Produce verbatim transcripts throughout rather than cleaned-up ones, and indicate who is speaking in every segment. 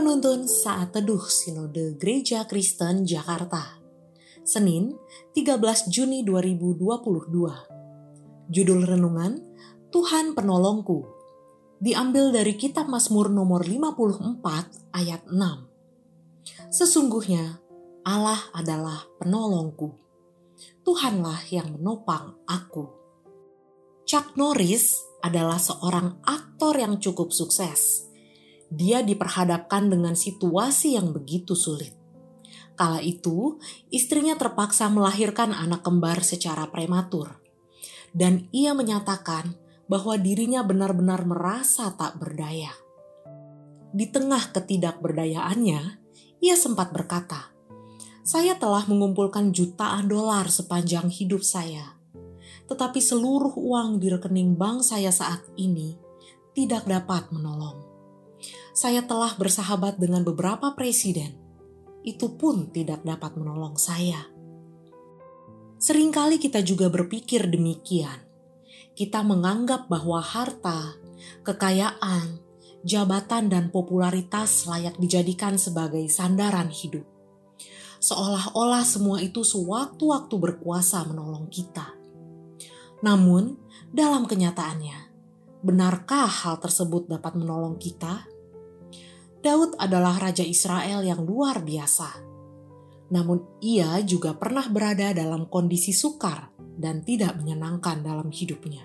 Speaker 1: Penuntun Saat Teduh Sinode Gereja Kristen Jakarta, Senin tiga belas Juni dua ribu dua puluh dua. Judul renungan, Tuhan Penolongku, diambil dari kitab Mazmur nomor lima puluh empat ayat enam. Sesungguhnya Allah adalah penolongku, Tuhanlah yang menopang aku. Chuck Norris adalah seorang aktor yang cukup sukses. Dia diperhadapkan dengan situasi yang begitu sulit. Kala itu, istrinya terpaksa melahirkan anak kembar secara prematur. Dan ia menyatakan bahwa dirinya benar-benar merasa tak berdaya. Di tengah ketidakberdayaannya, ia sempat berkata, "Saya telah mengumpulkan jutaan dolar sepanjang hidup saya. Tetapi seluruh uang di rekening bank saya saat ini tidak dapat menolong. Saya telah bersahabat dengan beberapa presiden, itu pun tidak dapat menolong saya." Seringkali kita juga berpikir demikian. Kita menganggap bahwa harta, kekayaan, jabatan, dan popularitas layak dijadikan sebagai sandaran hidup. Seolah-olah semua itu sewaktu-waktu berkuasa menolong kita. Namun, dalam kenyataannya, benarkah hal tersebut dapat menolong kita? Daud adalah raja Israel yang luar biasa. Namun ia juga pernah berada dalam kondisi sukar dan tidak menyenangkan dalam hidupnya.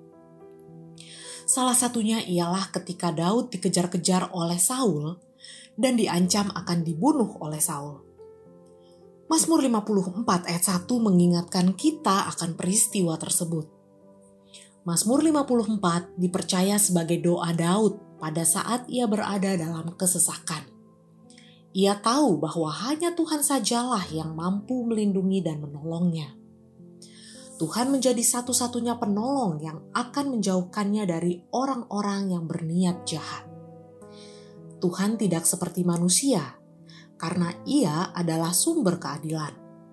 Speaker 1: Salah satunya ialah ketika Daud dikejar-kejar oleh Saul dan diancam akan dibunuh oleh Saul. Mazmur lima puluh empat ayat satu mengingatkan kita akan peristiwa tersebut. Mazmur lima puluh empat dipercaya sebagai doa Daud pada saat ia berada dalam kesesakan. Ia tahu bahwa hanya Tuhan sajalah yang mampu melindungi dan menolongnya. Tuhan menjadi satu-satunya penolong yang akan menjauhkannya dari orang-orang yang berniat jahat. Tuhan tidak seperti manusia, karena ia adalah sumber keadilan.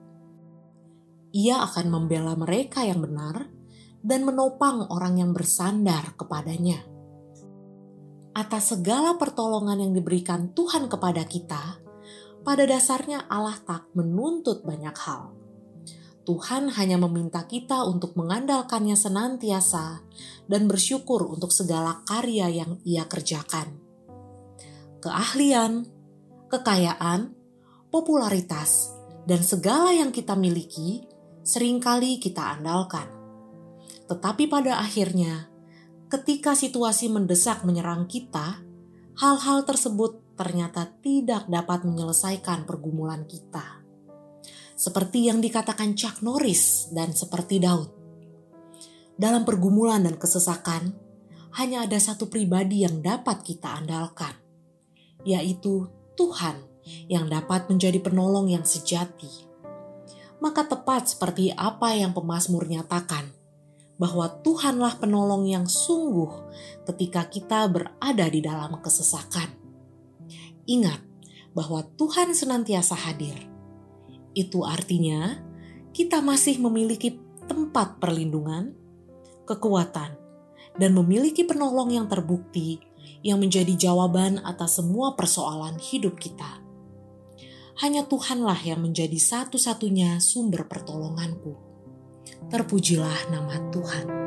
Speaker 1: Ia akan membela mereka yang benar dan menopang orang yang bersandar kepadanya. Atas segala pertolongan yang diberikan Tuhan kepada kita, pada dasarnya Allah tak menuntut banyak hal. Tuhan hanya meminta kita untuk mengandalkannya senantiasa dan bersyukur untuk segala karya yang Ia kerjakan. Keahlian, kekayaan, popularitas, dan segala yang kita miliki seringkali kita andalkan. Tetapi pada akhirnya, ketika situasi mendesak menyerang kita, hal-hal tersebut ternyata tidak dapat menyelesaikan pergumulan kita. Seperti yang dikatakan Chuck Norris dan seperti Daud. Dalam pergumulan dan kesesakan, hanya ada satu pribadi yang dapat kita andalkan, yaitu Tuhan yang dapat menjadi penolong yang sejati. Maka tepat seperti apa yang pemazmur nyatakan, bahwa Tuhanlah penolong yang sungguh ketika kita berada di dalam kesesakan. Ingat bahwa Tuhan senantiasa hadir. Itu artinya kita masih memiliki tempat perlindungan, kekuatan, dan memiliki penolong yang terbukti yang menjadi jawaban atas semua persoalan hidup kita. Hanya Tuhanlah yang menjadi satu-satunya sumber pertolonganku. Terpujilah nama Tuhan.